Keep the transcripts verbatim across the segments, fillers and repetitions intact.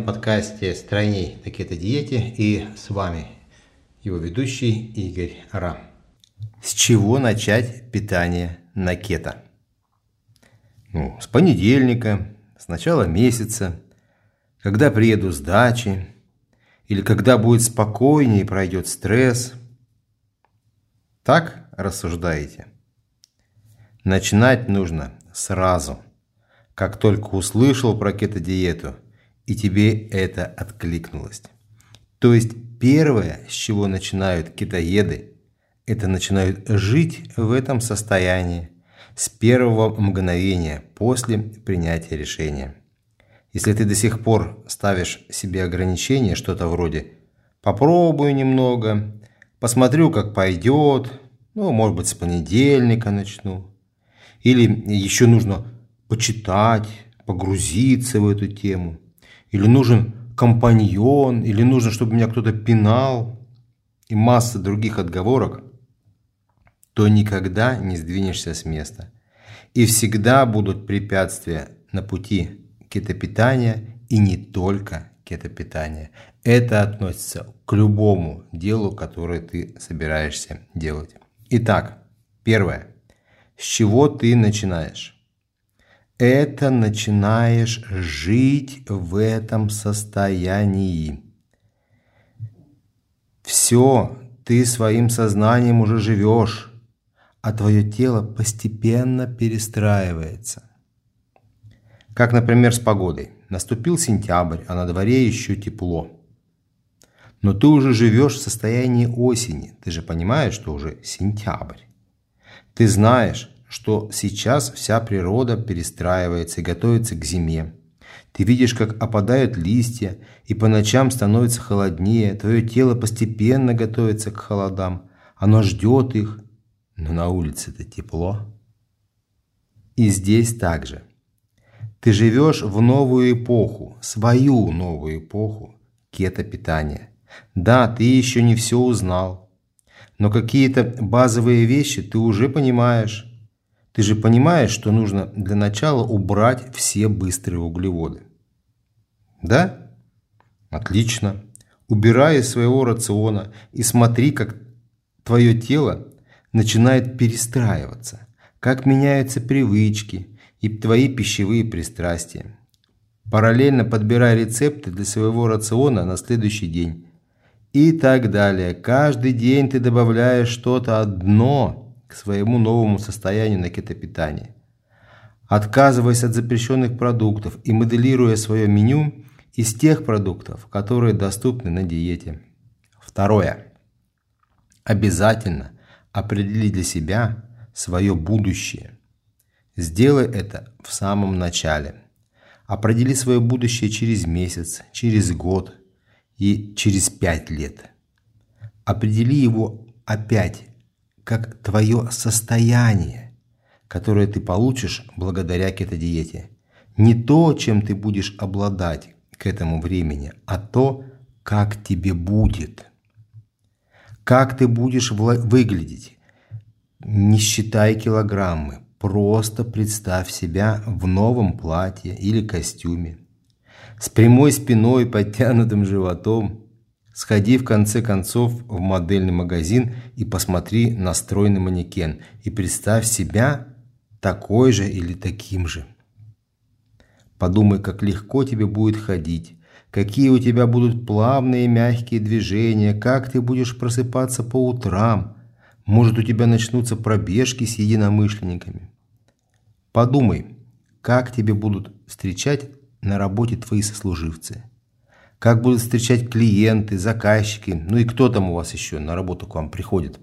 подкасте «Стройней на кето-диете» и с вами его ведущий Игорь Ра. С чего начать питание на кето? Ну, с понедельника, с начала месяца, когда приеду с дачи, или когда будет спокойнее и пройдет стресс. Так рассуждаете? Начинать нужно сразу, как только услышал про кето-диету, и тебе это откликнулось. То есть первое, с чего начинают кетоеды, это начинают жить в этом состоянии с первого мгновения после принятия решения. Если ты до сих пор ставишь себе ограничения, что-то вроде «попробую немного», «посмотрю, как пойдет», ну, может быть, с понедельника начну, или еще нужно почитать, погрузиться в эту тему, или нужен компаньон, или нужно, чтобы меня кто-то пинал, и масса других отговорок, то никогда не сдвинешься с места. И всегда будут препятствия на пути кетопитания, и не только кетопитания. Это относится к любому делу, которое ты собираешься делать. Итак, первое. С чего ты начинаешь? Это начинаешь жить в этом состоянии. Все, ты своим сознанием уже живешь, а твое тело постепенно перестраивается. Как, например, с погодой. Наступил сентябрь, а на дворе еще тепло. Но ты уже живешь в состоянии осени. Ты же понимаешь, что уже сентябрь. Ты знаешь, что сейчас вся природа перестраивается и готовится к зиме. Ты видишь, как опадают листья, и по ночам становится холоднее. Твое тело постепенно готовится к холодам. Оно ждет их, но на улице-то тепло. И здесь также. Ты живешь в новую эпоху, свою новую эпоху кетопитания. Да, ты еще не все узнал, но какие-то базовые вещи ты уже понимаешь. Ты же понимаешь, что нужно для начала убрать все быстрые углеводы. Да? Отлично. Убирай из своего рациона и смотри, как твое тело начинает перестраиваться, как меняются привычки и твои пищевые пристрастия. Параллельно подбирай рецепты для своего рациона на следующий день. И так далее. Каждый день ты добавляешь что-то одно к своему новому состоянию на кетопитании. Отказываясь от запрещенных продуктов и моделируя свое меню из тех продуктов, которые доступны на диете. Второе. Обязательно определи для себя свое будущее. Сделай это в самом начале. Определи свое будущее через месяц, через год и через пять лет. Определи его опять как твое состояние, которое ты получишь благодаря кетодиете. Не то, чем ты будешь обладать к этому времени, а то, как тебе будет. Как ты будешь выглядеть. Не считай килограммы, просто представь себя в новом платье или костюме. С прямой спиной, подтянутым животом. Сходи в конце концов в модельный магазин и посмотри на стройный манекен и представь себя такой же или таким же. Подумай, как легко тебе будет ходить, какие у тебя будут плавные мягкие движения, как ты будешь просыпаться по утрам. Может, у тебя начнутся пробежки с единомышленниками. Подумай, как тебе будут встречать на работе твои сослуживцы. Как будут встречать клиенты, заказчики, ну и кто там у вас еще на работу к вам приходит.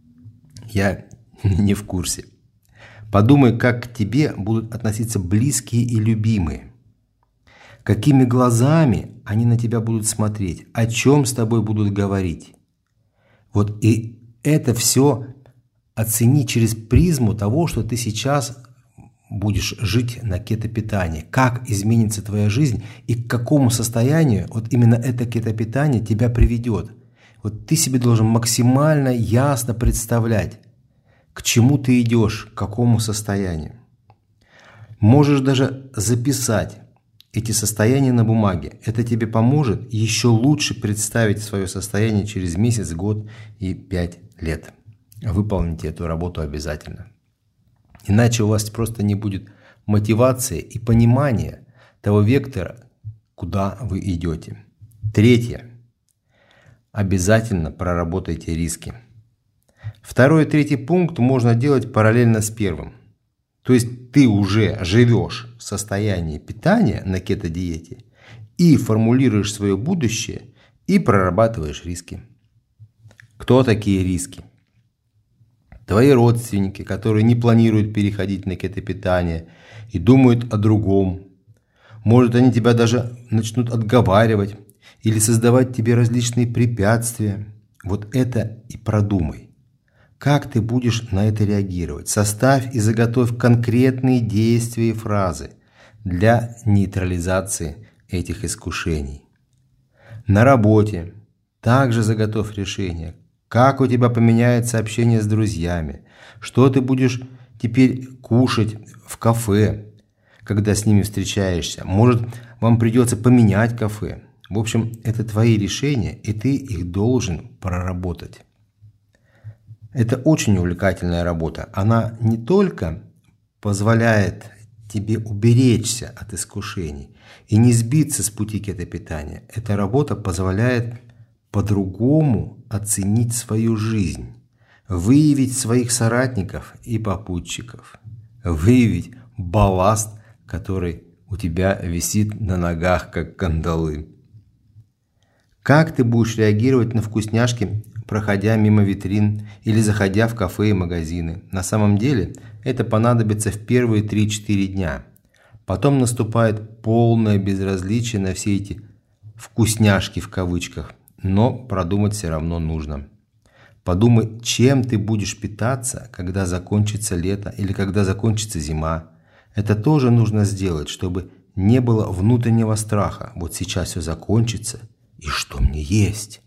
Я не в курсе. Подумай, как к тебе будут относиться близкие и любимые. Какими глазами они на тебя будут смотреть, о чем с тобой будут говорить. Вот и это все оцени через призму того, что ты сейчас будешь жить на кетопитании, как изменится твоя жизнь и к какому состоянию вот именно это кетопитание тебя приведет. Вот ты себе должен максимально ясно представлять, к чему ты идешь, к какому состоянию. Можешь даже записать, эти состояния на бумаге. Это тебе поможет еще лучше представить свое состояние через месяц, год и пять лет. Выполните эту работу обязательно. Иначе у вас просто не будет мотивации и понимания того вектора, куда вы идете. Третье. Обязательно проработайте риски. Второй и третий пункт можно делать параллельно с первым. То есть ты уже живешь в состоянии питания на кето-диете и формулируешь свое будущее и прорабатываешь риски. Кто такие риски? Твои родственники, которые не планируют переходить на кето-питание и думают о другом. Может, они тебя даже начнут отговаривать или создавать тебе различные препятствия. Вот это и продумай. Как ты будешь на это реагировать? Составь и заготовь конкретные действия и фразы для нейтрализации этих искушений. На работе также заготовь решение, как у тебя поменяется общение с друзьями, что ты будешь теперь кушать в кафе, когда с ними встречаешься. Может, вам придется поменять кафе. В общем, это твои решения, и ты их должен проработать. Это очень увлекательная работа. Она не только позволяет тебе уберечься от искушений и не сбиться с пути кето-питания. Эта работа позволяет по-другому оценить свою жизнь, выявить своих соратников и попутчиков, выявить балласт, который у тебя висит на ногах, как кандалы. Как ты будешь реагировать на вкусняшки, проходя мимо витрин или заходя в кафе и магазины? На самом деле это понадобится в первые три-четыре дня. Потом наступает полное безразличие на все эти «вкусняшки» в кавычках, но продумать все равно нужно. Подумай, чем ты будешь питаться, когда закончится лето или когда закончится зима. Это тоже нужно сделать, чтобы не было внутреннего страха. Вот сейчас все закончится, и что мне есть?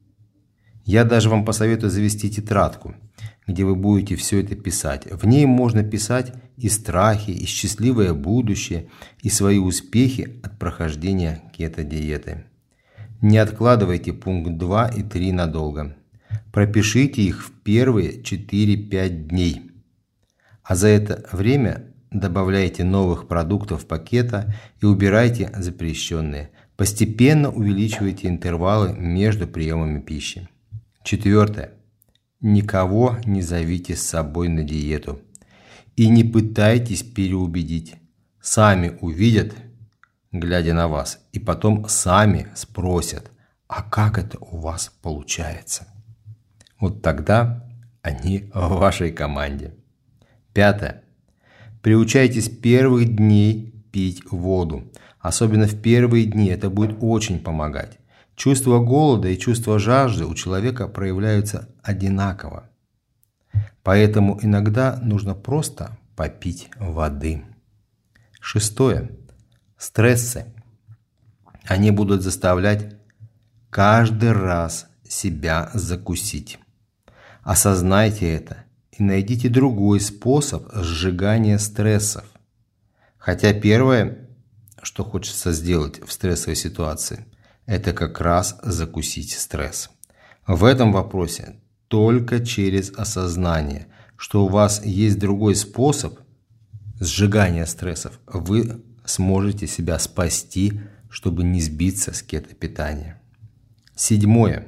Я даже вам посоветую завести тетрадку, где вы будете все это писать. В ней можно писать и страхи, и счастливое будущее, и свои успехи от прохождения кето-диеты. Не откладывайте пункт два и три надолго. Пропишите их в первые четыре-пять дней. А за это время добавляйте новых продуктов пакета и убирайте запрещенные. Постепенно увеличивайте интервалы между приемами пищи. Четвертое. Никого не зовите с собой на диету. И не пытайтесь переубедить. Сами увидят, глядя на вас, и потом сами спросят, а как это у вас получается? Вот тогда они в вашей команде. Пятое. Приучайтесь с первых дней пить воду. Особенно в первые дни это будет очень помогать. Чувство голода и чувство жажды у человека проявляются одинаково. Поэтому иногда нужно просто попить воды. Шестое. Стрессы. Они будут заставлять каждый раз себя закусить. Осознайте это и найдите другой способ сжигания стрессов. Хотя первое, что хочется сделать в стрессовой ситуации, это как раз закусить стресс. В этом вопросе только через осознание, что у вас есть другой способ сжигания стрессов, вы сможете себя спасти, чтобы не сбиться с кето-питания. Седьмое.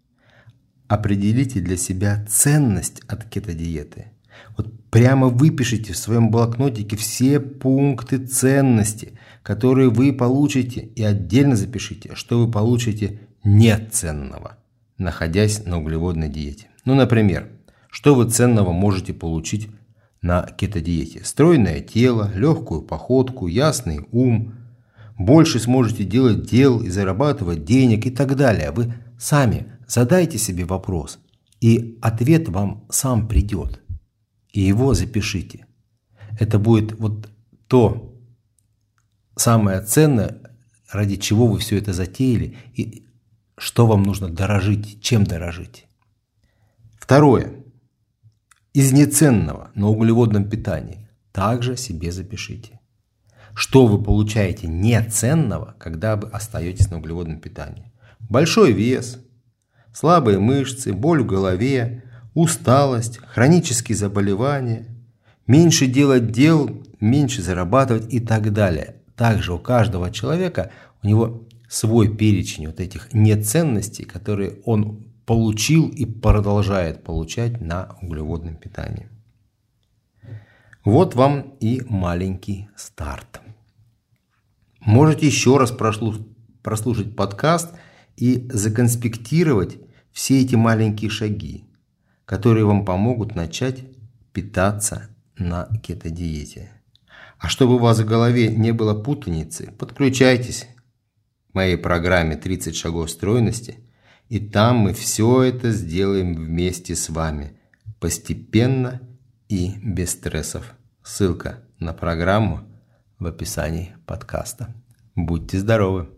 Определите для себя ценность от кето-диеты. Вот прямо выпишите в своем блокнотике все пункты ценности, которые вы получите, и отдельно запишите, что вы получите неценного, находясь на углеводной диете. Ну, например, что вы ценного можете получить на кето-диете? Стройное тело, легкую походку, ясный ум, больше сможете делать дел и зарабатывать денег и так далее. Вы сами задайте себе вопрос, и ответ вам сам придет. И его запишите. Это будет вот то самое ценное, ради чего вы все это затеяли, и что вам нужно дорожить, чем дорожить. Второе. Из неценного на углеводном питании также себе запишите. Что вы получаете неценного, когда вы остаетесь на углеводном питании? Большой вес, слабые мышцы, боль в голове, усталость, хронические заболевания, меньше делать дел, меньше зарабатывать и так далее. Также у каждого человека, у него свой перечень вот этих неценностей, которые он получил и продолжает получать на углеводном питании. Вот вам и маленький старт. Можете еще раз прослушать подкаст и законспектировать все эти маленькие шаги, которые вам помогут начать питаться на кетодиете. А чтобы у вас в голове не было путаницы, подключайтесь к моей программе тридцать шагов стройности, и там мы все это сделаем вместе с вами, постепенно и без стрессов. Ссылка на программу в описании подкаста. Будьте здоровы!